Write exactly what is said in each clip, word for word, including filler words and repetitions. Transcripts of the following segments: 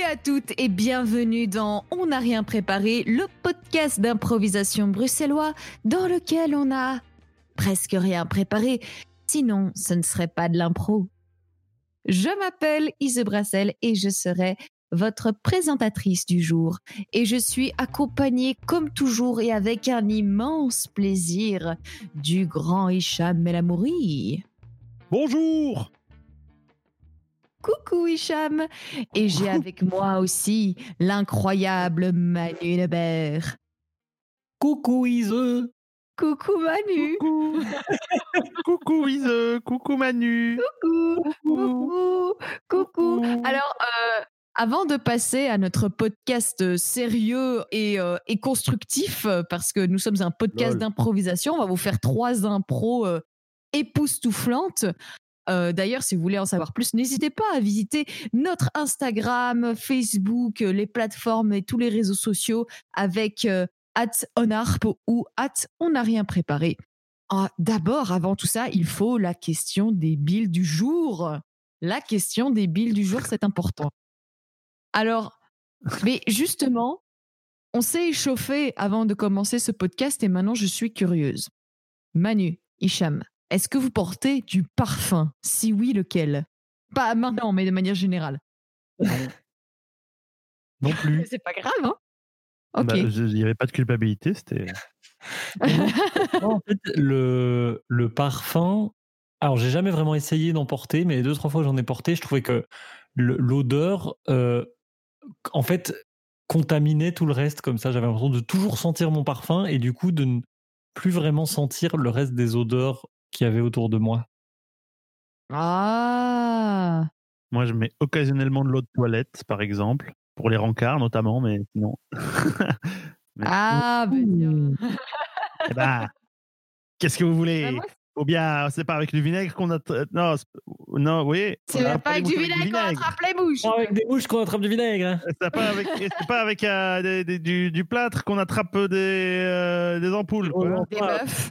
à toutes et bienvenue dans On n'a rien préparé, le podcast d'improvisation bruxellois dans lequel on a presque rien préparé, sinon ce ne serait pas de l'impro. Je m'appelle Ise Brassel et je serai votre présentatrice du jour. Et je suis accompagnée comme toujours et avec un immense plaisir du grand Hicham Melamouri. Bonjour. Coucou Hicham. Et j'ai avec moi aussi l'incroyable Manu Lebert. Coucou Ise. Coucou Manu. Coucou. Coucou Ise. Coucou Manu. Coucou. Coucou. Coucou. Alors, euh, avant de passer à notre podcast sérieux et, euh, et constructif, parce que nous sommes un podcast Lol. d'improvisation, on va vous faire trois impros euh, époustouflantes. Euh, d'ailleurs, si vous voulez en savoir plus, n'hésitez pas à visiter notre Instagram, Facebook, les plateformes et tous les réseaux sociaux avec euh, at onarp ou at on n'a rien préparé. Ah, d'abord, avant tout ça, il faut la question des billes du jour. La question des billes du jour, c'est important. Alors, mais justement, on s'est échauffé avant de commencer ce podcast et maintenant je suis curieuse. Manu, Hicham, est-ce que vous portez du parfum? Si oui, lequel? Pas maintenant, mais de manière générale. Non plus. C'est pas grave, hein? Ok. Bah, il n'y avait pas de culpabilité, c'était. Non, en fait, le, le parfum, alors j'ai jamais vraiment essayé d'en porter, mais les deux, trois fois que j'en ai porté, je trouvais que le- l'odeur, euh, en fait, contaminait tout le reste. Comme ça, j'avais l'impression de toujours sentir mon parfum et du coup de ne plus vraiment sentir le reste des odeurs qu'il y avait autour de moi. Ah. Moi, je mets occasionnellement de l'eau de toilette, par exemple, pour les rencarts notamment, mais sinon. Mais Ah, ben Mmh. tiens. eh ben, qu'est-ce que vous Bah, voulez? moi, Ou bien, c'est pas avec du vinaigre qu'on a. Non, c'est- non, oui. c'est on pas attrape les avec du mouches vinaigre qu'on attrape les mouches. Pas avec des mouches qu'on attrape du vinaigre. Hein. C'est pas avec, c'est pas avec euh, des- des- du, du plâtre qu'on attrape des, euh, des ampoules. Oh, Quoi. non. Des meufs.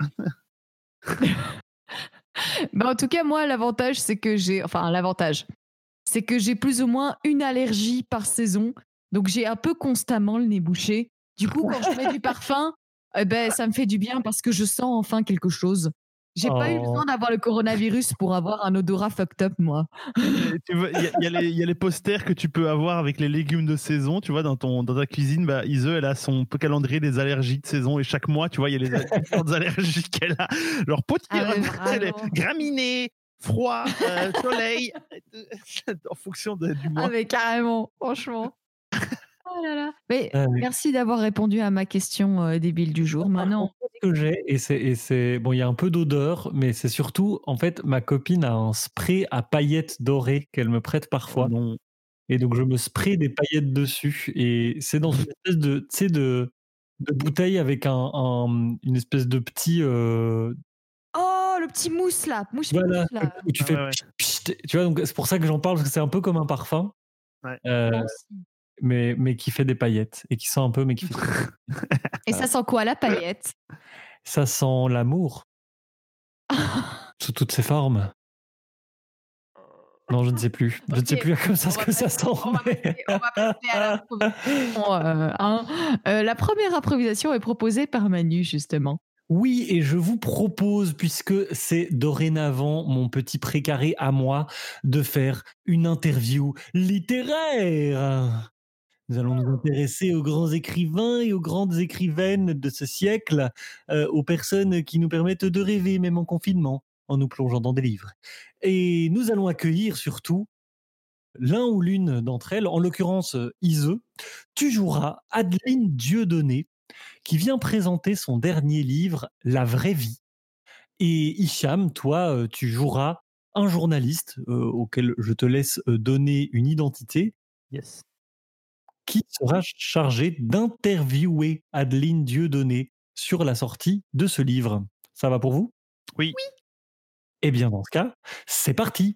Bah, en tout cas, moi, l'avantage, c'est que j'ai... Enfin, l'avantage, c'est que j'ai plus ou moins une allergie par saison. Donc, j'ai un peu constamment le nez bouché. Du coup, quand je mets du parfum, eh ben, ça me fait du bien parce que je sens enfin quelque chose. J'ai pas eu Oh. besoin d'avoir le coronavirus pour avoir un odorat fucked up, moi. Et tu vois, Il y, a- il y a les- il y a les posters que tu peux avoir avec les légumes de saison, tu vois, dans, ton, dans ta cuisine. Bah, Ise, elle a son calendrier des allergies de saison et chaque mois, tu vois, il y a les différentes allergies qu'elle a. Alors, pot Ah ouais, les vraiment. graminées, froid, euh, soleil, en fonction de- du mois. Ah, mais carrément, franchement. Oh là là. Mais Ah oui. merci d'avoir répondu à ma question euh, débile du jour. Maintenant, Ce que j'ai, et c'est, et c'est bon, il y a un peu d'odeur, mais c'est surtout, en fait, ma copine a un spray à paillettes dorées qu'elle me prête parfois. Non. Et donc, je me spray des paillettes dessus. Et c'est dans une espèce de, tu sais, de, de bouteille avec un, un- une espèce de petit. euh, oh, le petit mousse là, mousse voilà, mousse là. où tu Ah fais. ouais, ouais. pchit, pchit, tu vois, donc c'est pour ça que j'en parle, parce que c'est un peu comme un parfum, Ouais. euh, Moi aussi. mais, mais qui fait des paillettes. Et qui sent un peu, mais qui fait. Et ça sent quoi, la paillette? Ça sent l'amour, sous toutes ses formes. Non, je ne sais plus. Je ne sais Ok, plus comme ça on ce va que ça passer- sent. on va mais- passer- on va passer à l'improvisation, euh, hein. Euh, la première improvisation est proposée par Manu, justement. Oui, et je vous propose, puisque c'est dorénavant mon petit précaré à moi, de faire une interview littéraire. Nous allons nous intéresser aux grands écrivains et aux grandes écrivaines de ce siècle, euh, aux personnes qui nous permettent de rêver, même en confinement, en nous plongeant dans des livres. Et nous allons accueillir surtout l'un ou l'une d'entre elles, en l'occurrence euh, Ise. Tu joueras Adeline Dieudonné, qui vient présenter son dernier livre, La vraie vie. Et Hicham, toi, euh, tu joueras un journaliste euh, auquel je te laisse euh, donner une identité, Yes. qui sera chargé d'interviewer Adeline Dieudonné sur la sortie de ce livre. Ça va pour vous? Oui. Eh bien, dans ce cas, c'est parti.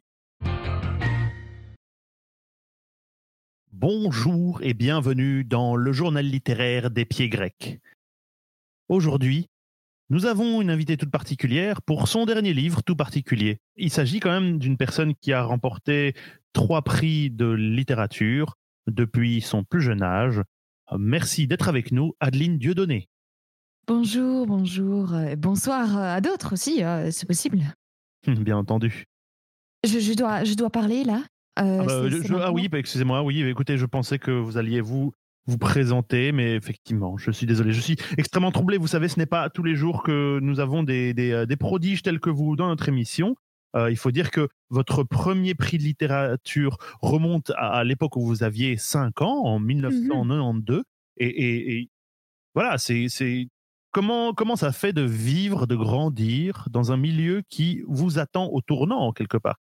Bonjour et bienvenue dans le journal littéraire des pieds grecs. Aujourd'hui, nous avons une invitée toute particulière pour son dernier livre tout particulier. Il s'agit quand même d'une personne qui a remporté trois prix de littérature, depuis son plus jeune âge. Merci d'être avec nous, Adeline Dieudonné. Bonjour, bonjour, euh, bonsoir euh, à d'autres aussi, euh, c'est possible. Bien entendu. Je, je dois, je dois parler là. Euh, Ah, bah, c'est- je- c'est je- ah maintenant oui, bah, excusez-moi, oui, écoutez, je pensais que vous alliez vous, vous présenter, mais effectivement, je suis désolé. Je suis extrêmement troublé. Vous savez, ce n'est pas tous les jours que nous avons des, des, euh, des prodiges tels que vous dans notre émission. Euh, il faut dire que votre premier prix de littérature remonte à, à l'époque où vous aviez cinq ans, en Mhm. mille neuf cent quatre-vingt-douze. Et, et- et voilà, c'est, c'est comment, comment ça fait de vivre, de grandir dans un milieu qui vous attend au tournant, quelque part.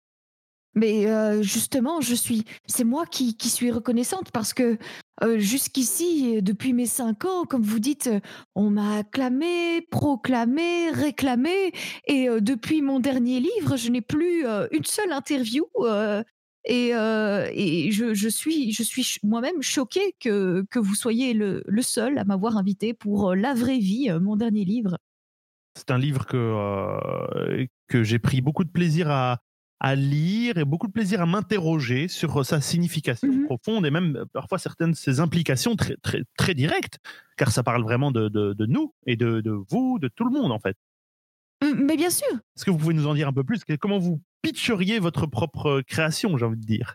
Mais euh, justement, je suis, c'est moi qui, qui suis reconnaissante parce que euh, jusqu'ici, euh, depuis mes cinq ans, comme vous dites, euh, on m'a acclamé, proclamé, réclamé, et euh, depuis mon dernier livre, je n'ai plus euh, une seule interview. euh, et euh, et je, je suis, je suis ch- moi-même choquée que, que vous soyez le, le seul à m'avoir invité pour euh, La vraie vie, euh, mon dernier livre. C'est un livre que, euh, que j'ai pris beaucoup de plaisir à, à lire et beaucoup de plaisir à m'interroger sur sa signification Mhm. profonde et même euh, parfois certaines de ses implications très, très, très directes, car ça parle vraiment de, de, de nous et de, de vous, de tout le monde en fait. Mm, Mais bien sûr. Est-ce que vous pouvez nous en dire un peu plus? Comment vous pitcheriez votre propre création, j'ai envie de dire?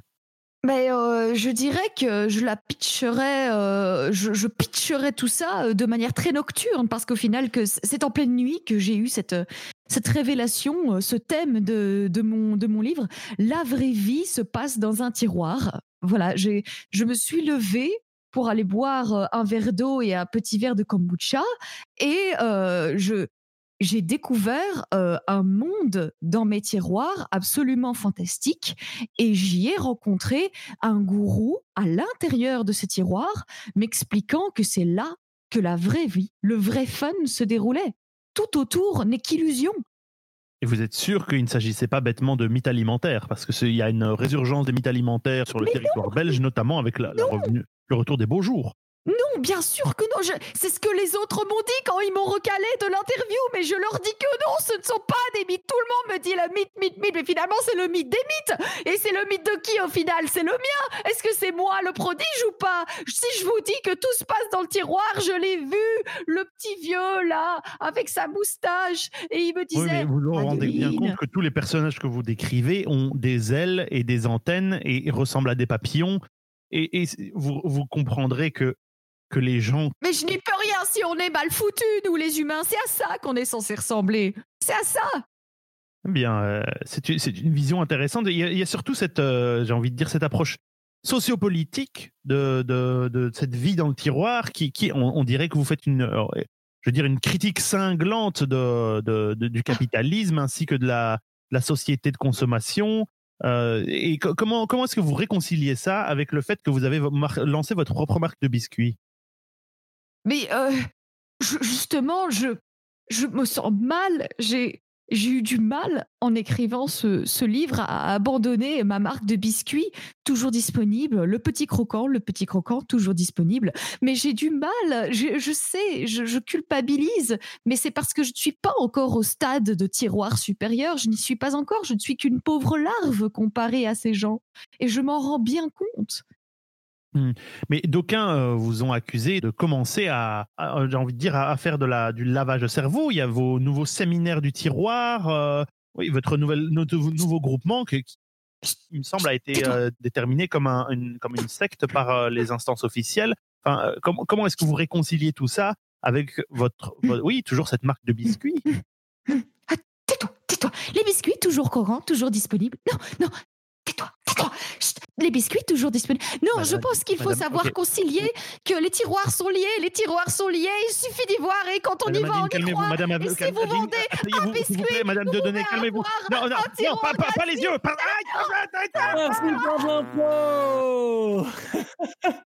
Mais euh, je dirais que je la pitcherais, euh, je, je pitcherais tout ça euh, de manière très nocturne parce qu'au final, que c- c'est en pleine nuit que j'ai eu cette, euh, cette révélation, euh, ce thème de, de, mon, de mon livre. La vraie vie se passe dans un tiroir. Voilà, j'ai, je me suis levée pour aller boire euh, un verre d'eau et un petit verre de kombucha et euh, je, j'ai découvert euh, un monde dans mes tiroirs absolument fantastique et j'y ai rencontré un gourou à l'intérieur de ces tiroirs m'expliquant que c'est là que la vraie vie, le vrai fun se déroulait. Tout autour n'est qu'illusion. Et vous êtes sûr qu'il ne s'agissait pas bêtement de mythes alimentaires? Parce qu'il y a une résurgence des mythes alimentaires sur le Mais territoire belge, notamment avec la, la non, revenue, le retour des beaux jours. non, bien sûr que non. Je- C'est ce que les autres m'ont dit quand ils m'ont recalé de l'interview, mais je leur dis que non, ce ne sont pas des mythes. Tout le monde me dit le mythe, mythe, mythe, mais finalement c'est le mythe des mythes. Et c'est le mythe de qui au final? C'est le mien. Est-ce que c'est moi le prodige ou pas? Si je vous dis que tout se passe dans le tiroir, je l'ai vu, le petit vieux là, avec sa moustache, et il me Oui, mais disait, vous vous rendez bien Adeline, compte que tous les personnages que vous décrivez ont des ailes et des antennes et, et ressemblent à des papillons. Et, et c'est- vous, vous comprendrez que, que les gens. mais je n'y peux rien si on est mal foutus, nous les humains. C'est à ça qu'on est censé ressembler. C'est à ça. Eh bien, euh, c'est une, c'est une vision intéressante. Il y a, il y a surtout cette, euh, j'ai envie de dire, cette approche sociopolitique de, de, de cette vie dans le tiroir qui, qui on, on dirait que vous faites une, euh, je veux dire, une critique cinglante de, de, de- du capitalisme ainsi que de la, de la société de consommation. Euh, et co- comment, comment est-ce que vous réconciliez ça avec le fait que vous avez vo- mar- lancé votre propre marque de biscuits? Mais euh, je- justement, je, je me sens mal. J'ai, j'ai eu du mal en écrivant ce, ce livre à abandonner ma marque de biscuits, toujours disponible. Le petit croquant, le petit croquant, toujours disponible. Mais j'ai du mal. Je, je sais, je, je culpabilise. Mais c'est parce que je ne suis pas encore au stade de tiroir supérieur. Je n'y suis pas encore. Je ne suis qu'une pauvre larve comparée à ces gens. Et je m'en rends bien compte. Hmm. Mais d'aucuns euh, vous ont accusé de commencer à, à- j'ai envie de dire, à, à faire de la, du lavage de cerveau. Il y a vos nouveaux séminaires du tiroir, euh, oui, votre nouvelle, notre nouveau groupement qui, qui, il me semble, a été Tais-toi. euh, déterminé comme, un, une, comme une secte par euh, les instances officielles. Enfin, euh, comment, comment est-ce que vous réconciliez tout ça avec votre, vo- oui, toujours cette marque de biscuits? Ah, tais-toi, tais-toi. Les biscuits, toujours croquants, toujours disponibles. Non, non, tais-toi, tais-toi. Chut, les biscuits, toujours disponibles. Non, je Madame, pense qu'il faut madame, savoir ok. concilier que les tiroirs sont liés, les tiroirs sont liés, il suffit d'y voir et quand on y Madame va, on Adeline, y calmez-vous. croit. Madame, Et Ave- si calme- vous Adeline, vendez un asseyez-vous, s'il vous biscuit, plaît, Madame vous Dieudonné, pouvez calmez-vous. avoir Non, non, un non, tiroir pas, pas, pas les yeux. Pas, aïe, arrête, arrête, arrête. Merci pour l'info.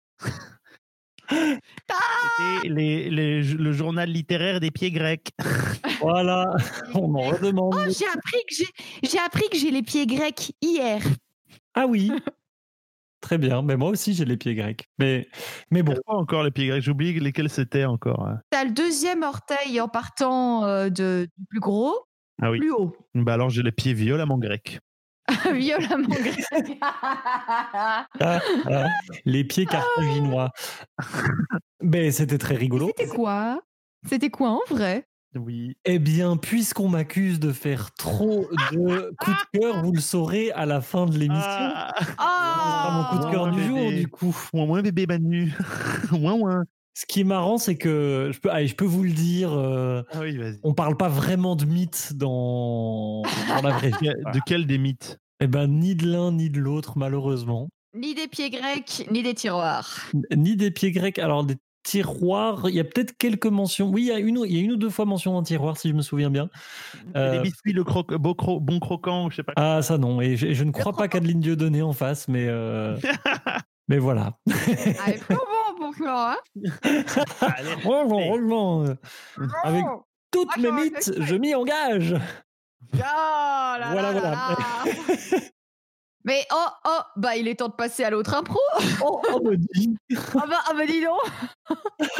C'était les, les- le journal littéraire des pieds grecs. Voilà, on en redemande. Oh, j'ai appris que j'ai, j'ai appris que j'ai les pieds grecs hier. Ah oui, très bien. Mais moi aussi, j'ai les pieds grecs. Mais, mais bon, Pourquoi encore les pieds grecs? J'oublie lesquels c'était encore. hein. T'as le deuxième orteil en partant euh, de, du plus gros, Ah oui. plus haut. Bah alors j'ai les pieds violemment grecs. Violemment grec. Ah, ah, les pieds carthaginois. Ben, c'était très rigolo. C'était quoi? C'était quoi en vrai? Oui. Eh bien, puisqu'on m'accuse de faire trop de coups de cœur, vous le saurez à la fin de l'émission. Ah, Ce sera mon coup de cœur Ouin, du jour, bébé. du coup. Ouin, ouin, bébé Manu. Ouin, ouin. Ce qui est marrant, c'est que je peux, allez, je peux vous le dire, euh, Ah oui, vas-y. on parle pas vraiment de mythes dans, dans la vraie vie. De quel des mythes? Eh ben, ni de l'un ni de l'autre, malheureusement. Ni des pieds grecs, ni des tiroirs. Ni des pieds grecs. Alors, des tiroirs, il y a peut-être quelques mentions. Oui, il y a une, ou- il y a une ou deux fois mention d'un tiroir, si je me souviens bien. Les Euh, biscuits, le croque, beau cro- bon croquant, je sais pas. ah, ça non. Et je, et je ne crois pas qu'Adeline Dieudonné en face, mais, euh, mais voilà. Ah, mais pas bon pour Florent, hein? Allez, Oh, heureusement, euh, avec Oh, toutes moi, mes j'aurais mythes, fait. je m'y engage. Oh là Voilà, là là voilà. là. Mais oh, oh, bah il est temps de passer à l'autre impro. Oh, oh, me dis. Ah bah, ah bah dis donc.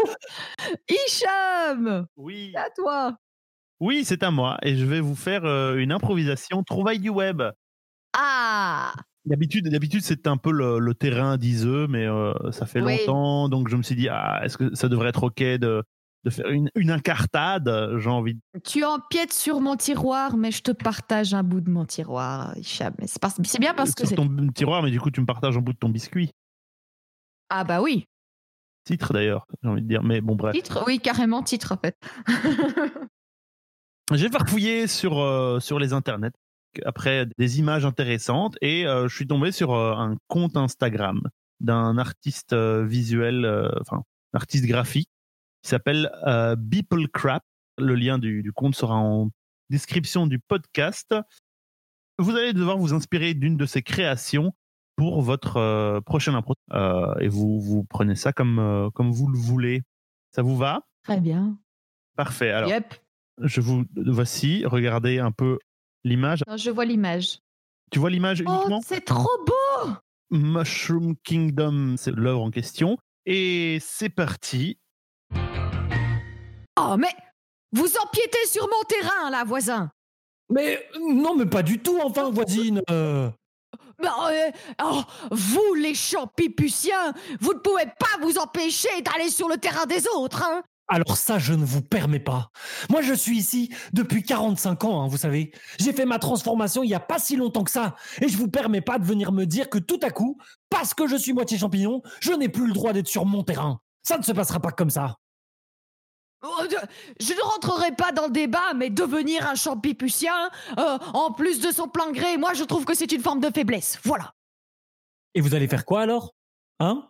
Hicham, Oui. c'est à toi. Oui, c'est à moi. Et je vais vous faire euh, une improvisation trouvaille du web. Ah, D'habitude, d'habitude c'est un peu le, le terrain d'Iseux, mais euh, ça fait Oui. longtemps. Donc je me suis dit, ah, est-ce que ça devrait être OK de, de faire une, une incartade? J'ai envie de... tu empiètes sur mon tiroir, mais je te partage un bout de mon tiroir, Hicham. Mais c'est, pas- c'est bien parce que sur c'est. ton tiroir, mais du coup, tu me partages un bout de ton biscuit. Ah bah oui, Titre d'ailleurs, j'ai envie de dire. Mais bon, bref. titre, oui, carrément titre en fait. J'ai farfouillé sur, euh, sur les internets après des images intéressantes et euh, je suis tombé sur euh, un compte Instagram d'un artiste euh, visuel, euh, enfin, artiste graphique qui s'appelle euh, Beeple Crap. Le lien du, du compte sera en description du podcast. Vous allez devoir vous inspirer d'une de ses créations pour votre euh, prochaine impro. Euh, et vous, vous prenez ça comme, euh, comme vous le voulez. Ça vous va? Très bien. Parfait. Alors, Yep. je vous voici. Regardez un peu l'image. Non, je vois l'image. Tu vois l'image Oh, uniquement? c'est trop beau. Mushroom Kingdom, c'est l'œuvre en question. Et c'est parti. Oh, mais vous empiétez sur mon terrain, là, voisin. Mais non, mais pas du tout, enfin, voisine. euh. Bah, euh, oh, vous, les champiputiens, vous ne pouvez pas vous empêcher d'aller sur le terrain des autres, hein. Alors ça, je ne vous permets pas. Moi, je suis ici depuis quarante-cinq ans, hein, vous savez. J'ai fait ma transformation il n'y a pas si longtemps que ça. Et je vous permets pas de venir me dire que tout à coup, parce que je suis moitié champignon, je n'ai plus le droit d'être sur mon terrain. Ça ne se passera pas comme ça. Oh, de- Je ne rentrerai pas dans le débat, mais devenir un champiputien, euh, en plus de son plein gré, moi, je trouve que c'est une forme de faiblesse. Voilà. Et vous allez faire quoi alors? Hein?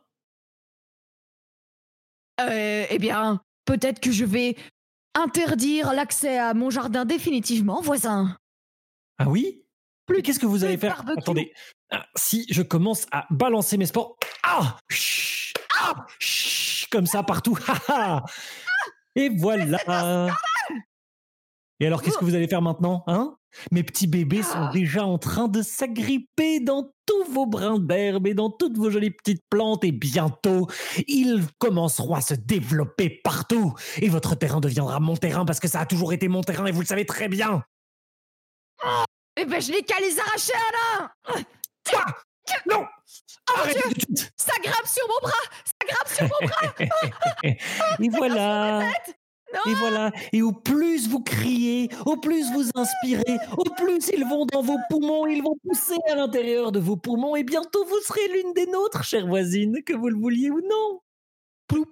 Euh, eh bien, peut-être que je vais interdire l'accès à mon jardin définitivement, voisin. Ah oui? Plus- Qu'est-ce que vous plus allez de faire? barbecue. Attendez. Ah, si je commence à balancer mes sports. Ah! Chut! Ah! Chut! Comme ça partout. Ha, ha! Et voilà. Et alors, qu'est-ce que vous allez faire maintenant, hein? Mes petits bébés sont Ah. déjà en train de s'agripper dans tous vos brins d'herbe et dans toutes vos jolies petites plantes et bientôt, ils commenceront à se développer partout. Et votre terrain deviendra mon terrain parce que ça a toujours été mon terrain et vous le savez très bien. Eh ben, je n'ai qu'à les arracher un à un. Quoi? Non! Oh mon Arrêtez Dieu, tout de suite. ça grimpe sur mon bras, ça grimpe sur mon bras. Et voilà. Non. Et voilà. Et au plus vous criez, au plus vous inspirez, au plus ils vont dans vos poumons, ils vont pousser à l'intérieur de vos poumons et bientôt vous serez l'une des nôtres, chère voisine, que vous le vouliez ou non. Ploup.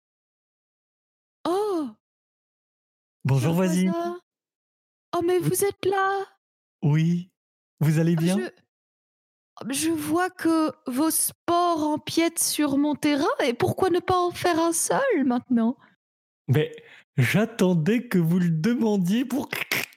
Oh, Bonjour voisine. voisin. Oh, mais vous êtes là. Oui. Vous allez bien? Je... je vois que vos spores empiètent sur mon terrain et pourquoi ne pas en faire un seul maintenant? Mais j'attendais que vous le demandiez pour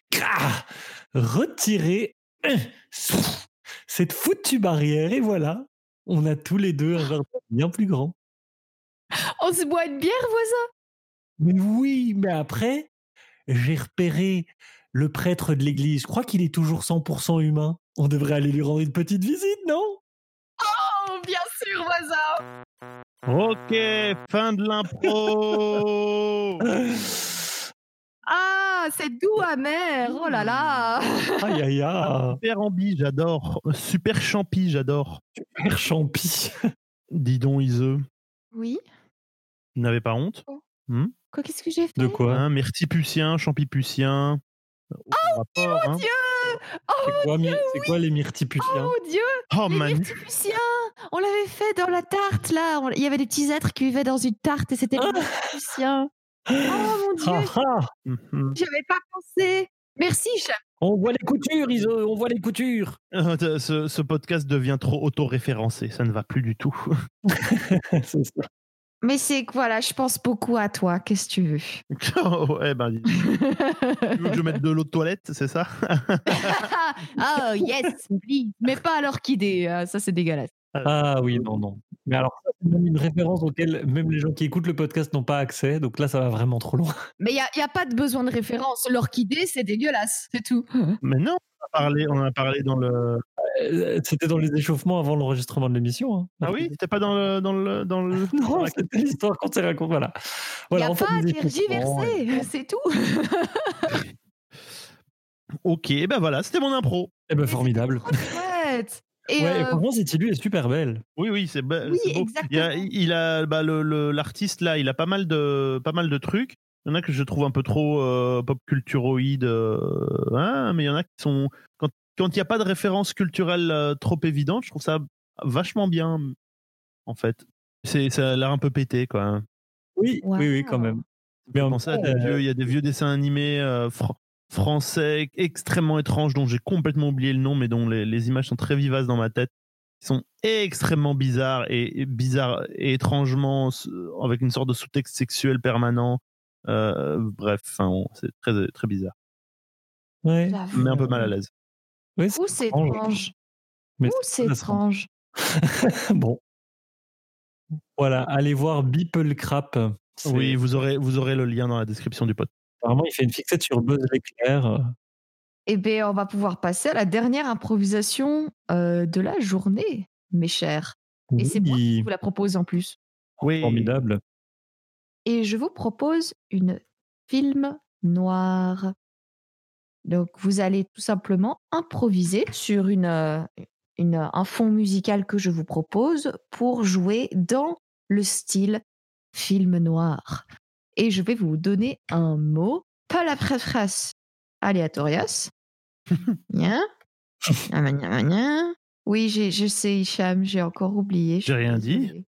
retirer cette foutue barrière et voilà, on a tous les deux un jardin bien plus grand. On se boit une bière, voisin? Mais oui, mais après, j'ai repéré le prêtre de l'église. Je crois qu'il est toujours cent pour cent humain. On devrait aller lui rendre une petite visite, non? Oh, bien sûr, voisin. Ok, fin de l'impro. Ah, c'est doux amer. Oh là là. Aïe aïe aïe. Super ambi, j'adore. Super champi, j'adore. Super champi. Dis donc, Ise, Oui. vous n'avez pas honte? Hmm quoi, qu'est-ce que j'ai fait? De quoi? Hein, myrtiputien, champiputien. Oh rapport, mon hein. Dieu. Oh c'est quoi, Dieu, c'est oui. quoi les myrtiputiens? Oh mon Dieu. Oh, les Manu. myrtiputiens. On l'avait fait dans la tarte là. On... Il y avait des petits êtres qui vivaient dans une tarte et c'était les myrtiputiens. Oh mon Dieu. Ah, ah. Mm-hmm. J'avais pas pensé. Merci, Cham. On voit les coutures, Ise, on voit les coutures. Euh, ce, ce podcast devient trop auto-référencé, ça ne va plus du tout. C'est ça. Mais c'est que voilà, je pense beaucoup à toi. Qu'est-ce que tu veux? Oh, eh ben, dis- tu veux que je mette de l'eau de toilette, c'est ça? Oh yes, please. Mais pas à l'orchidée, euh, ça c'est dégueulasse. Ah oui, non, non. Mais alors, ça, c'est même une référence auquel même les gens qui écoutent le podcast n'ont pas accès, donc là, ça va vraiment trop loin. Mais il n'y a, y a pas de besoin de référence. L'orchidée, c'est dégueulasse, c'est tout. Mais non, on a parlé, on a parlé dans le. Euh, C'était dans les échauffements avant l'enregistrement de l'émission. Hein. Ah oui, c'était pas dans le dans le dans le. Non, dans la- c'était l'histoire qu'on s'est racontée. Voilà. Il Voilà, n'y on a fait pas à des échauffements, et- tergiverser, c'est tout. Ok, ben voilà, c'était mon impro. Eh ben, formidable. Trop chouette. Et Ouais, et euh, franchement, cette illu est super belle. Oui, oui, c'est be- Oui, c'est beau. Il, y a, exactement. il a bah, le le- l'artiste là, il a pas mal de pas mal de trucs. Il y en a que je trouve un peu trop euh, pop culturoïde, euh, hein, mais il y en a qui sont quand quand il n'y a pas de référence culturelle euh, trop évidente, je trouve ça vachement bien en fait. C'est ça a l'air un peu pété quoi. Oui, Wow. oui, oui, quand même. Mais en Pensez à même des temps, vieux, il y a des vieux dessins animés euh, fr- français extrêmement étranges dont j'ai complètement oublié le nom, mais dont les, les images sont très vivaces dans ma tête. Ils sont extrêmement bizarres et, et bizarres et étrangement s- avec une sorte de sous-texte sexuel permanent. Euh, bref, enfin, bon, c'est très très bizarre, ouais. J'avoue. mais un peu mal à l'aise. Ouais, Ouh, c'est étrange. étrange. Mais Ouh, c'est c'est très étrange. Bon. Voilà, allez voir Beeple Crap. C'est- Oui, vous aurez vous aurez le lien dans la description du podcast. Apparemment, il fait une fixette sur Buzz l'éclair. Eh bien, on va pouvoir passer à la dernière improvisation euh, de la journée, mes chers. Et c'est moi qui Oui, vous la propose en plus. Oui, formidable. Et je vous propose une film noire. Donc, vous allez tout simplement improviser sur une, euh, une, un fond musical que je vous propose pour jouer dans le style film noir. Et je vais vous donner un mot, pas la phrase aléatorias. Nya. Nya, nya, nya. Oui, j'ai, je sais, Hicham, j'ai encore oublié. je J'ai suis rien dit. désolée.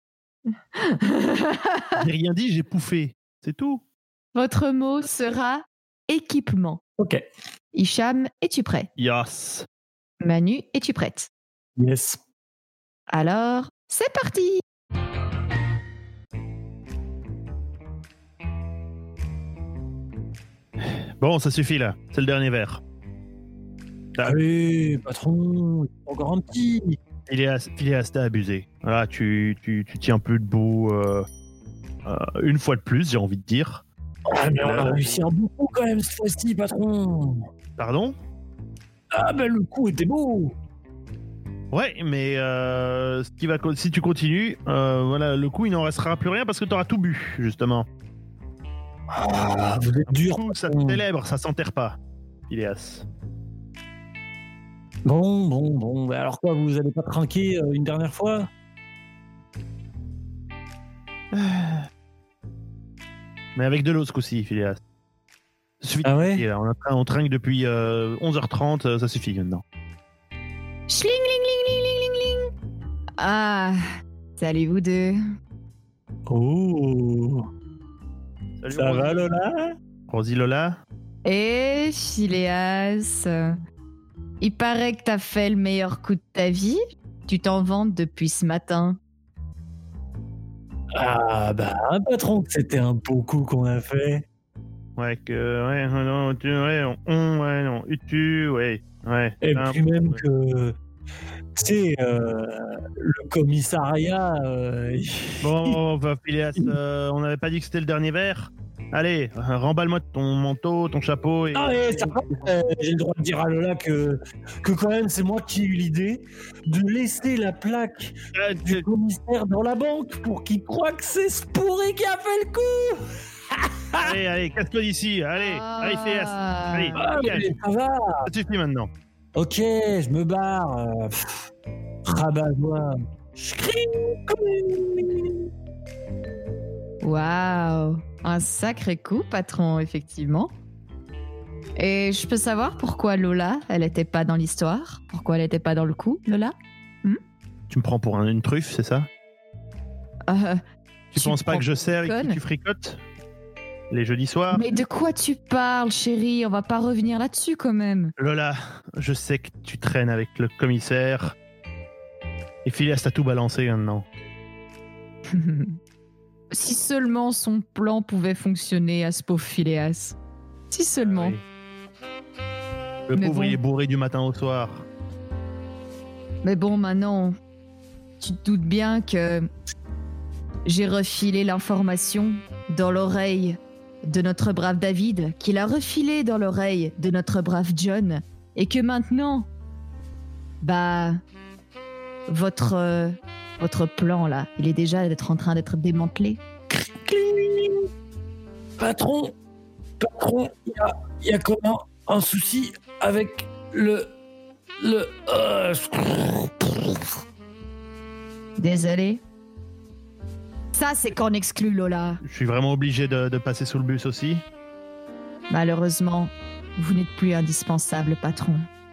j'ai rien dit, j'ai pouffé, c'est tout. Votre mot sera équipement. Ok. Hicham, es-tu prêt? Yes. Manu, es-tu prête? Yes. Alors, c'est parti! Bon, ça suffit là, c'est le dernier verre. Allez, patron, encore un petit. Phileas, Phileas, t'as abusé. Là, tu, tu, tu tiens plus debout euh, euh, une fois de plus, j'ai envie de dire. Ah, mais on a réussi un beau coup quand même cette fois-ci, patron. Pardon? Ah, ben le coup était beau. Ouais, mais euh, ce qui va, co- si tu continues, euh, voilà, le coup, il n'en restera plus rien parce que t'auras tout bu, justement. Ah, vous êtes Du dur. coup, ça patron. te célèbre, ça s'enterre pas, Phileas. Bon, bon, bon. Bah alors quoi, vous allez pas trinquer euh, une dernière fois? Mais avec de l'eau ce coup-ci, Phileas. Ça suffit de Ah ouais? trinquer, là. On, a- on trinque depuis euh, onze heures trente, euh, ça suffit maintenant. Schling, ling, ling, ling, ling, ling, ling. Ah, salut vous deux. Oh. Salut, Ça Rosie. va, Lola? Rosie Lola? Et Phileas, il paraît que t'as fait le meilleur coup de ta vie. Tu t'en vantes depuis ce matin. Ah, bah, patron, que c'était un beau coup qu'on a fait. Ouais, que. Ouais, non, tu. Ouais, on. Ouais, non. Tu. Ouais. Ouais. Et Ah, puis même ouais. que, tu sais, euh, le commissariat, euh, il- Bon, bah, Phileas, euh, on n'avait pas dit que c'était le dernier verre. Allez, euh, remballe-moi ton manteau, ton chapeau et. Non, mais ça va, euh, j'ai le droit de dire à Lola que, que quand même c'est moi qui ai eu l'idée de laisser la plaque Ah, du tu- commissaire dans la banque pour qu'il croie que c'est ce pourri qui a fait le coup. Allez, allez, casse-toi d'ici. Allez, Ah. allez, Phileas. Allez, Ah, dégage. mais ça va. Ça suffit maintenant. Ok, je me barre. euh, pff, Rabat-joie. Waouh, un sacré coup, patron, effectivement. Et je peux savoir pourquoi Lola, elle était pas dans l'histoire? Pourquoi elle était pas dans le coup, Lola? Tu me prends pour un- une truffe, c'est ça? Euh, Tu, penses pas prends que je sais avec qui conne. tu fricotes les jeudis soirs? Mais de quoi tu parles, chérie? On va pas revenir là-dessus, quand même. Lola, je sais que tu traînes avec le commissaire. Et Phileas t'a tout balancé maintenant. Si seulement son plan pouvait fonctionner à ce pauvre Phileas. Si seulement. Ah oui. Le Mais pauvre, bon. il est bourré du matin au soir. Mais bon, maintenant, tu te doutes bien que j'ai refilé l'information dans l'oreille de notre brave David, qu'il a refilé dans l'oreille de notre brave John, et que maintenant, bah, votre, euh, votre plan là, il est déjà d'être en train d'être démantelé. Patron, patron, il y a, y a comment un souci avec le... le... euh, Désolé. Ça, c'est qu'en exclut, Lola. Je suis vraiment obligé de, de passer sous le bus aussi. Malheureusement, vous n'êtes plus indispensable, patron.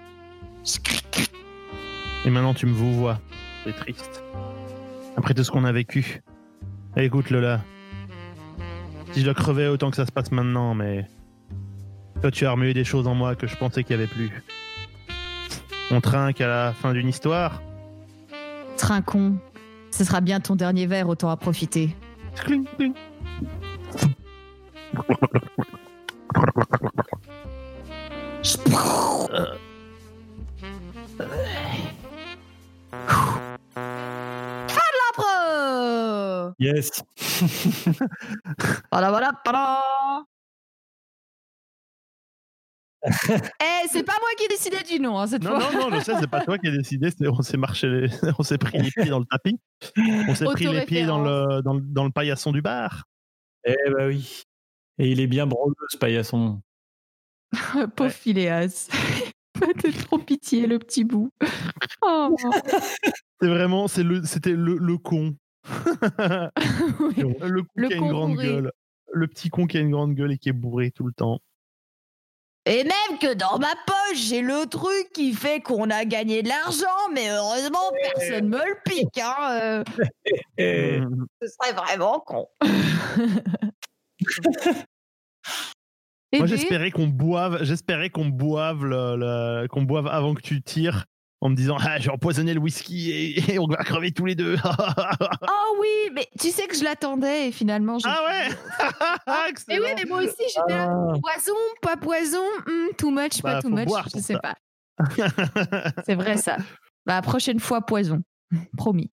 Et maintenant, tu me vous vois. C'est triste. Après tout ce qu'on a vécu. Eh, écoute, Lola. Si je dois crever autant que ça se passe maintenant, mais... Toi, tu as remué des choses en moi que je pensais qu'il n'y avait plus. On trinque à la fin d'une histoire. Trincon, ce sera bien ton dernier verre, autant à profiter. Cling, cling. Après Yes. Voilà, voilà, voilà. Eh, c'est pas moi qui ai décidé du nom, hein, cette Non, fois. non, non, je sais, c'est pas toi qui as décidé. c'est- On s'est marché, les- on s'est pris les pieds dans le tapis. On s'est pris les pieds dans le, dans, le, dans le paillasson du bar. Eh bah oui. Et il est bien brûleux, ce paillasson. Pauvre Phileas. Peut-être trop pitié, le petit bout. Oh. C'est vraiment, c'est le, c'était le, le con. Oui. Le con Le qui a une con grande bourré. gueule. Le petit con qui a une grande gueule et qui est bourré tout le temps. Et même que dans ma poche, j'ai le truc qui fait qu'on a gagné de l'argent, mais heureusement, personne me le pique. Hein. euh, Eh, Mmh. ce serait vraiment con. Eh Moi, bien, j'espérais qu'on boive, j'espérais qu'on boive, le, le- qu'on boive avant que tu tires, en me disant ah, j'ai empoisonné le whisky et, et on va crever tous les deux. oh oui, mais tu sais que je l'attendais et finalement. j'ai- Ah ouais. Mais Excellent. oui, mais moi aussi, j'étais là. ah, Poison, pas poison, hmm, too much, Bah, pas too faut much, boire je pour sais ça. pas. C'est vrai ça. Bah, prochaine fois, poison. Promis.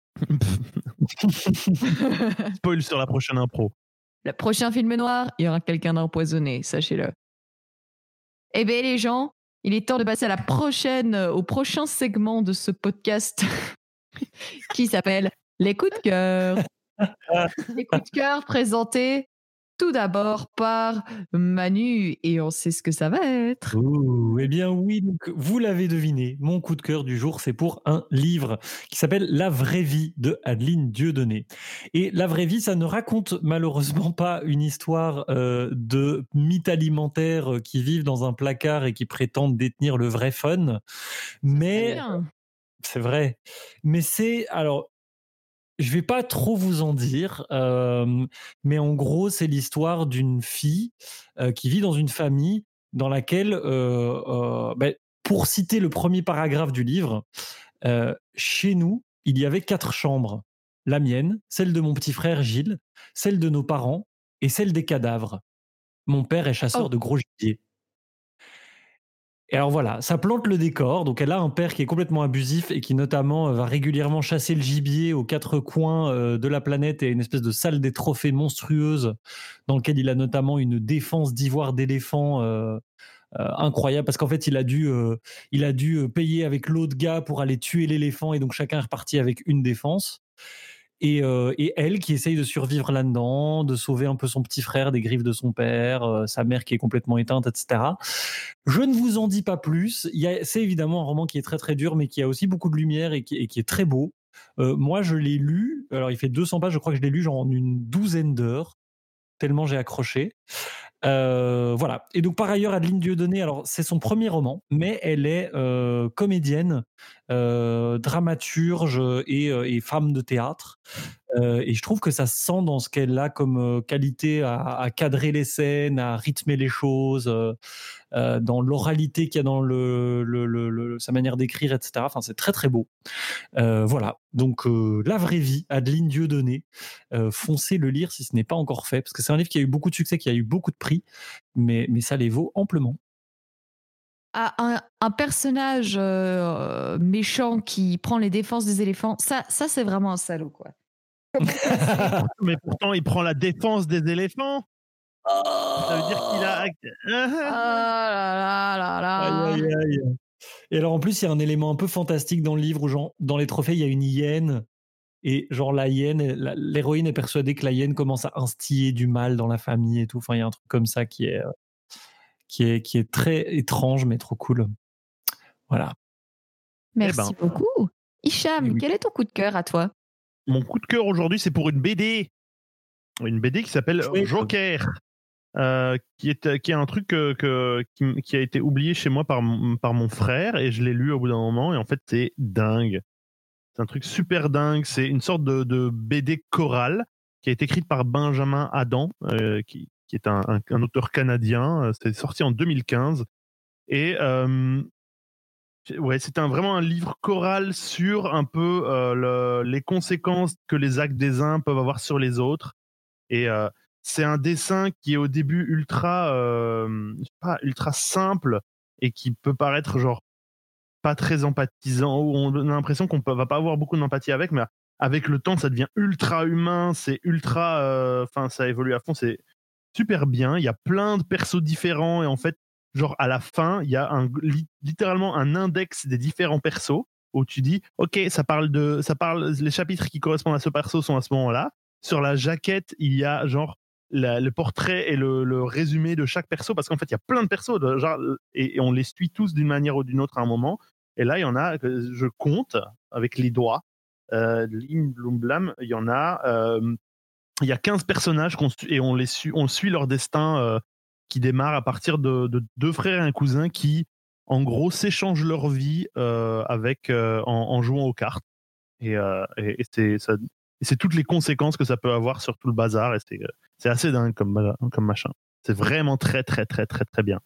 Spoil sur la prochaine impro. Le prochain film noir, il y aura quelqu'un d'empoisonné, sachez-le. Eh bien, les gens, il est temps de passer à la prochaine, euh, au prochain segment de ce podcast qui s'appelle Les coups de cœur. Les coups de cœur présentés tout d'abord par Manu, et on sait ce que ça va être. ouh, eh bien oui, donc, vous l'avez deviné, mon coup de cœur du jour, c'est pour un livre qui s'appelle La vraie vie de Adeline Dieudonné. Et La vraie vie, ça ne raconte malheureusement pas une histoire euh, de mythes alimentaires euh, qui vivent dans un placard et qui prétendent détenir le vrai fun, mais Bien. c'est vrai. Mais c'est alors. Je vais pas trop vous en dire, euh, mais en gros, c'est l'histoire d'une fille euh, qui vit dans une famille dans laquelle, euh, euh, ben, pour citer le premier paragraphe du livre, euh, chez nous, il y avait quatre chambres. La mienne, celle de mon petit frère Gilles, celle de nos parents et celle des cadavres. Mon père est chasseur Oh. de gros gibier. Et alors voilà, ça plante le décor. Donc elle a un père qui est complètement abusif et qui notamment euh, va régulièrement chasser le gibier aux quatre coins euh, de la planète et une espèce de salle des trophées monstrueuse dans laquelle il a notamment une défense d'ivoire d'éléphant euh, euh, incroyable parce qu'en fait il a dû, euh, il a dû payer avec l'autre gars pour aller tuer l'éléphant et donc chacun est reparti avec une défense. Et, euh, et elle qui essaye de survivre là-dedans, de sauver un peu son petit frère des griffes de son père, euh, sa mère qui est complètement éteinte, et cetera. Je ne vous en dis pas plus. Il y a, c'est évidemment un roman qui est très très dur, mais qui a aussi beaucoup de lumière et qui, et qui est très beau. Euh, moi, je l'ai lu. Alors, il fait deux cents pages. Je crois que je l'ai lu genre en une douzaine d'heures, tellement j'ai accroché. Euh, voilà. Et donc, par ailleurs, Adeline Dieudonné, alors c'est son premier roman, mais elle est euh, comédienne, euh, dramaturge et, euh, et femme de théâtre. Euh, et je trouve que ça se sent dans ce qu'elle a comme euh, qualité à, à cadrer les scènes, à rythmer les choses, euh, euh, dans l'oralité qu'il y a dans le, le, le, le, sa manière d'écrire, et cetera. Enfin, c'est très très beau. Euh, voilà. Donc, euh, La vraie vie, Adeline Dieudonné. Euh, foncez le lire si ce n'est pas encore fait, parce que c'est un livre qui a eu beaucoup de succès, qui a eu beaucoup de prix, mais, mais ça les vaut amplement. Ah, un, un personnage euh, méchant qui prend les défenses des éléphants, ça, ça c'est vraiment un salaud, quoi. Comment t'as fait? Mais pourtant, il prend la défense des éléphants. Ça veut dire qu'il a. Oh là là là là. Aïe, aïe, aïe. Et alors, en plus, il y a un élément un peu fantastique dans le livre où, genre, dans les trophées, il y a une hyène. Et genre, la hyène, la- l'héroïne est persuadée que la hyène commence à instiller du mal dans la famille et tout. Enfin, il y a un truc comme ça qui est, euh, qui est, qui est très étrange, mais trop cool. Voilà. Merci Eh ben. beaucoup. Hicham, Eh oui. quel est ton coup de cœur à toi? Mon coup de cœur aujourd'hui, c'est pour une B D. Une B D qui s'appelle Chouette. Joker. Euh, qui, est, qui est un truc que, que, qui, qui a été oublié chez moi par, mon- par mon frère et je l'ai lu au bout d'un moment et en fait c'est dingue. C'est un truc super dingue. C'est une sorte de, de B D chorale qui a été écrite par Benjamin Adam, euh, qui, qui est un, un, un auteur canadien. C'est sorti en deux mille quinze et euh, ouais, c'est un, vraiment un livre choral sur un peu euh, le, les conséquences que les actes des uns peuvent avoir sur les autres. Et euh, c'est un dessin qui est au début ultra, euh, je sais pas, ultra simple et qui peut paraître genre pas très empathisant, où on a l'impression qu'on peut, va pas avoir beaucoup d'empathie avec, mais avec le temps, ça devient ultra humain, c'est ultra, enfin, euh, ça évolue à fond, c'est super bien. Il y a plein de persos différents et en fait, genre à la fin, il y a un, li- littéralement un index des différents persos où tu dis, ok, ça parle de, ça parle, les chapitres qui correspondent à ce perso sont à ce moment-là. Sur la jaquette, il y a genre la- le portrait et le, le résumé de chaque perso parce qu'en fait, il y a plein de persos de, genre, et, et on les suit tous d'une manière ou d'une autre à un moment. Et là, il y en a que je compte avec les doigts. Euh, Lynn Bloom, il y en a. Euh, il y a quinze personnages qu'on suit, et on, les suit, on suit leur destin euh, qui démarre à partir de, de deux frères et un cousin qui, en gros, s'échangent leur vie euh, avec, euh, en, en jouant aux cartes. Et, euh, et, et c'est, ça, et c'est toutes les conséquences que ça peut avoir sur tout le bazar. Et c'est, c'est assez dingue comme, comme machin. C'est vraiment très, très, très, très, très bien.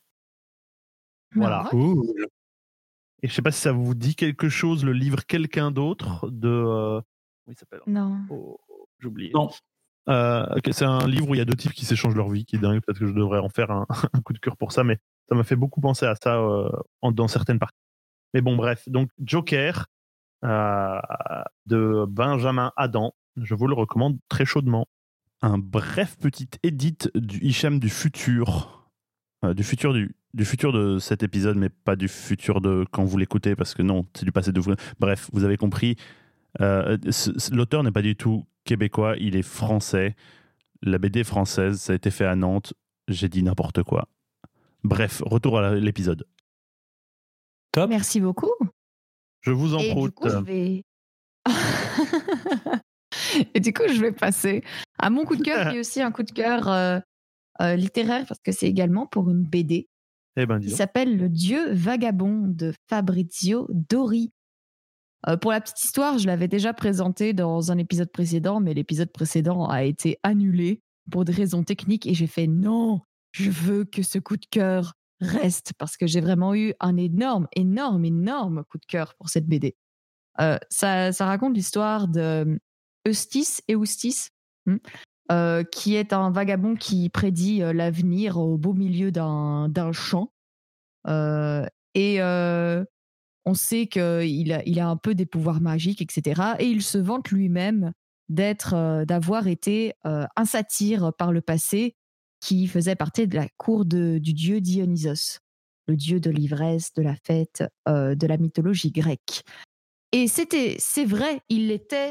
Voilà. Ah, Cool. Et je sais pas si ça vous dit quelque chose, le livre Quelqu'un d'autre de. Euh, comment il s'appelle non. oh, J'ai oublié. Non. Euh, c'est un livre où il y a deux types qui s'échangent leur vie, qui est dingue. Peut-être que je devrais en faire un, un coup de cœur pour ça, mais ça m'a fait beaucoup penser à ça euh, en, dans certaines parties. Mais bon, bref. Donc, Joker euh, de Benjamin Adam. Je vous le recommande très chaudement. Un bref petit edit du Hicham du futur. Euh, du futur du, du futur de cet épisode, mais pas du futur de quand vous l'écoutez, parce que non, c'est du passé de vous. Bref, vous avez compris. Euh, ce- ce- l'auteur n'est pas du tout québécois, il est français. La B D est française, ça a été fait à Nantes. J'ai dit n'importe quoi. Bref, retour à l'épisode. Top. Merci beaucoup. Je vous en Et du proute. coup, je vais. Et du coup, je vais passer à mon coup de cœur, qui est aussi un coup de cœur euh, euh, littéraire, parce que c'est également pour une B D Eh ben, dis qui donc. s'appelle Le Dieu vagabond de Fabrizio Dori. Euh, pour la petite histoire, je l'avais déjà présenté dans un épisode précédent, mais l'épisode précédent a été annulé pour des raisons techniques et j'ai fait non, je veux que ce coup de cœur reste parce que j'ai vraiment eu un énorme, énorme, énorme coup de cœur pour cette B D. Euh, ça, ça raconte l'histoire de Eustis, Eustis hmm, euh, qui est un vagabond qui prédit euh, l'avenir au beau milieu d'un, d'un champ. Euh, et euh, on sait qu'il a, il a un peu des pouvoirs magiques, et cetera. Et il se vante lui-même d'être, euh, d'avoir été euh, un satyre par le passé qui faisait partie de la cour de, du dieu Dionysos, le dieu de l'ivresse, de la fête, euh, de la mythologie grecque. Et c'était, c'est vrai, il l'était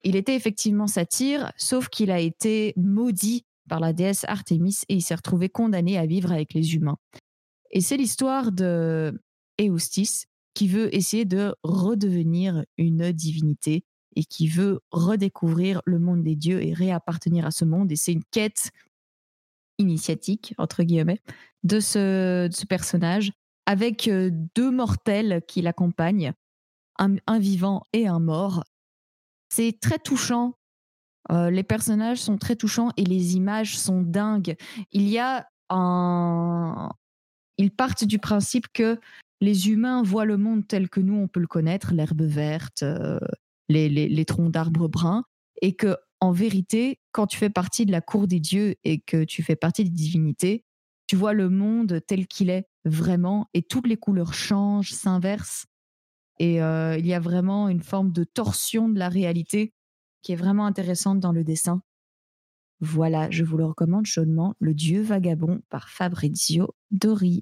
Il était effectivement satyre, sauf qu'il a été maudit par la déesse Artémis et il s'est retrouvé condamné à vivre avec les humains. Et c'est l'histoire de Eustis qui veut essayer de redevenir une divinité et qui veut redécouvrir le monde des dieux et réappartenir à ce monde. Et c'est une quête initiatique, entre guillemets, de ce, de ce personnage avec deux mortels qui l'accompagnent, un, un vivant et un mort. C'est très touchant. Euh, les personnages sont très touchants et les images sont dingues. Il y a un... Ils partent du principe que les humains voient le monde tel que nous, on peut le connaître, l'herbe verte, euh, les, les, les troncs d'arbres bruns, et que en vérité, quand tu fais partie de la cour des dieux et que tu fais partie des divinités, tu vois le monde tel qu'il est vraiment, et toutes les couleurs changent, s'inversent, et euh, il y a vraiment une forme de torsion de la réalité qui est vraiment intéressante dans le dessin. Voilà, je vous le recommande chaudement, Le Dieu Vagabond par Fabrizio Dori.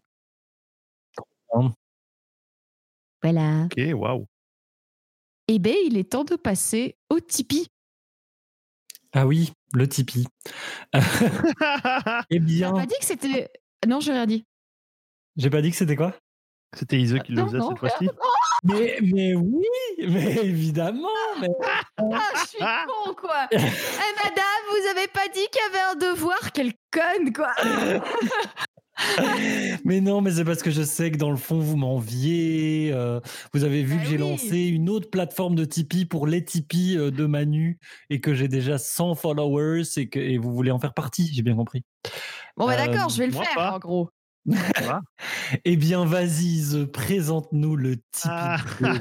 Voilà. Ok, waouh. Eh bien, il est temps de passer au Tipeee. Ah oui, le Tipeee. Eh bien... T'as pas dit que c'était... Non, j'ai rien dit. J'ai pas dit que c'était quoi? C'était Ise qui le Non, faisait non, cette fois-ci. mais, mais oui, mais évidemment. Mais... Ah, je suis con, quoi. Eh, madame, vous avez pas dit qu'il y avait un devoir? Quelle conne, quoi. Mais non, mais c'est parce que je sais que dans le fond, vous m'enviez. Euh, vous avez vu Bah que j'ai oui. lancé une autre plateforme de Tipeee pour les Tipeee euh, de Manu et que j'ai déjà cent followers et que et vous voulez en faire partie, j'ai bien compris. Bon, bah Euh, d'accord, je vais le moi faire, pas. en gros. Voilà. Eh bien, vas-y, Ise, présente-nous le Tipeee.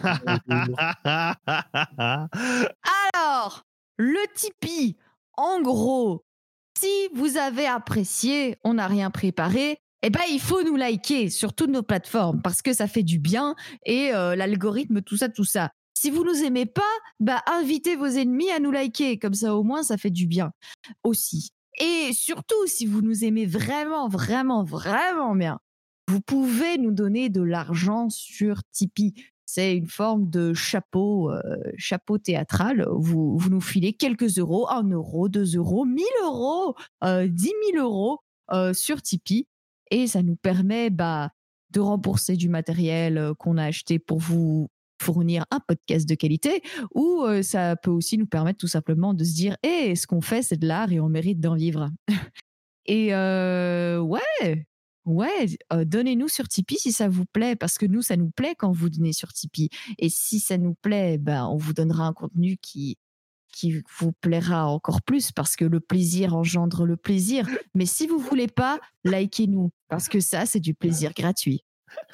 Ah. Alors, le Tipeee, en gros, si vous avez apprécié, on n'a rien préparé, eh ben, il faut nous liker sur toutes nos plateformes parce que ça fait du bien et euh, l'algorithme, tout ça, tout ça. Si vous nous aimez pas, bah, invitez vos ennemis à nous liker. Comme ça, au moins, ça fait du bien aussi. Et surtout, si vous nous aimez vraiment, vraiment, vraiment bien, vous pouvez nous donner de l'argent sur Tipeee. C'est une forme de chapeau, euh, chapeau théâtral. Vous, vous nous filez quelques euros, un euro, deux euros, mille euros, euh, dix mille euros euh, sur Tipeee. Et ça nous permet bah, de rembourser du matériel euh, qu'on a acheté pour vous fournir un podcast de qualité, ou euh, ça peut aussi nous permettre tout simplement de se dire « Hey, ce qu'on fait, c'est de l'art et on mérite d'en vivre. » Et euh, ouais, ouais, euh, donnez-nous sur Tipeee si ça vous plaît, parce que nous, ça nous plaît quand vous donnez sur Tipeee. Et si ça nous plaît, ben, on vous donnera un contenu qui, qui vous plaira encore plus, parce que le plaisir engendre le plaisir. Mais si vous voulez pas, likez-nous, parce que ça, c'est du plaisir gratuit.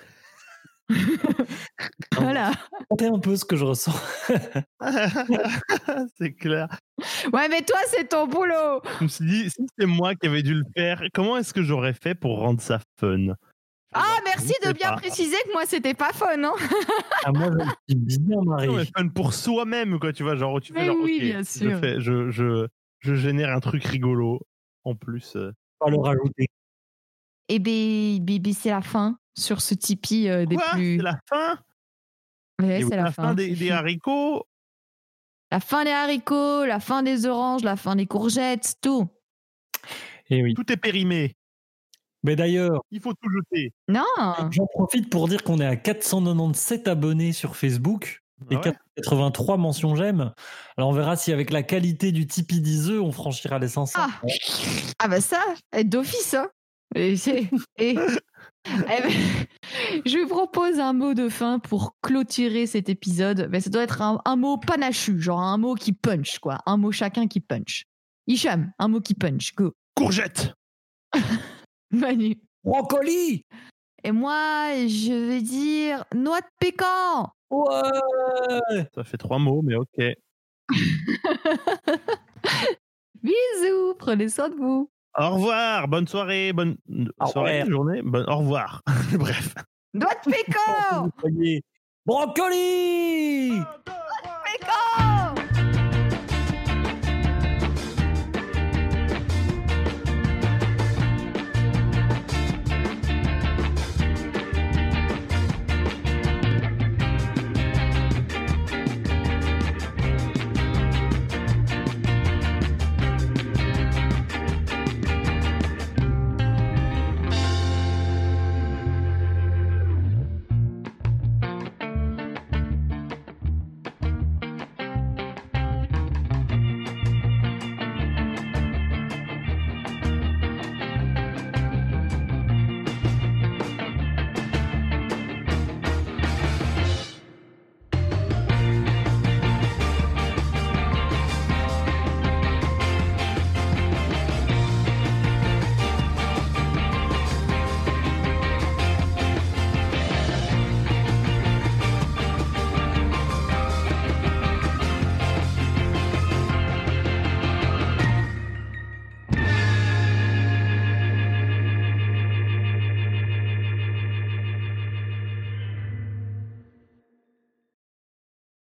Voilà. C'est un peu ce que je ressens. C'est clair. Ouais, mais toi, c'est ton boulot. Je me suis dit, si c'est moi qui avais dû le faire, comment est-ce que j'aurais fait pour rendre ça fun? Ah, Genre, merci je de sais bien pas. préciser que moi, c'était pas fun, hein. Ah, moi, je me suis bien marré. Non, mais fun pour soi-même, quoi, tu vois, genre, tu fais Mais genre, oui, ok, bien je, sûr. fais, je, je, je génère un truc rigolo, en plus. euh. Pas le rajouter. Et ben, ben, ben, c'est la fin sur ce Tipeee euh, des Quoi? plus... C'est la fin? Ouais, Et c'est la, la, fin des, des haricots? La fin des haricots, la fin des oranges, la fin des courgettes, tout. Et oui. Tout est périmé. Mais d'ailleurs, Il faut tout jeter. Non. j'en profite pour dire qu'on est à quatre cent quatre-vingt-dix-sept abonnés sur Facebook et Ah ouais? quatre cent quatre-vingt-trois mentions j'aime. Alors on verra si avec la qualité du Tipeee d'Ise, on franchira les cinq cents. Ah, ah bah ça, d'office, hein. Et c'est- et- Eh ben, je vous propose un mot de fin pour clôturer cet épisode. Ben, ça doit être un, un mot panachu, genre un mot qui punch, quoi. Un mot chacun qui punch. Hicham, un mot qui punch. Go. Courgette. Manu. Brocoli. Et moi, je vais dire noix de pécan. Ouais. Ça fait trois mots, mais ok. Bisous, prenez soin de vous. Au revoir, bonne soirée, bonne Au soirée, revoir. journée, bonne... au revoir. Bref. Noix de pécan. Brocoli. Un, deux, trois.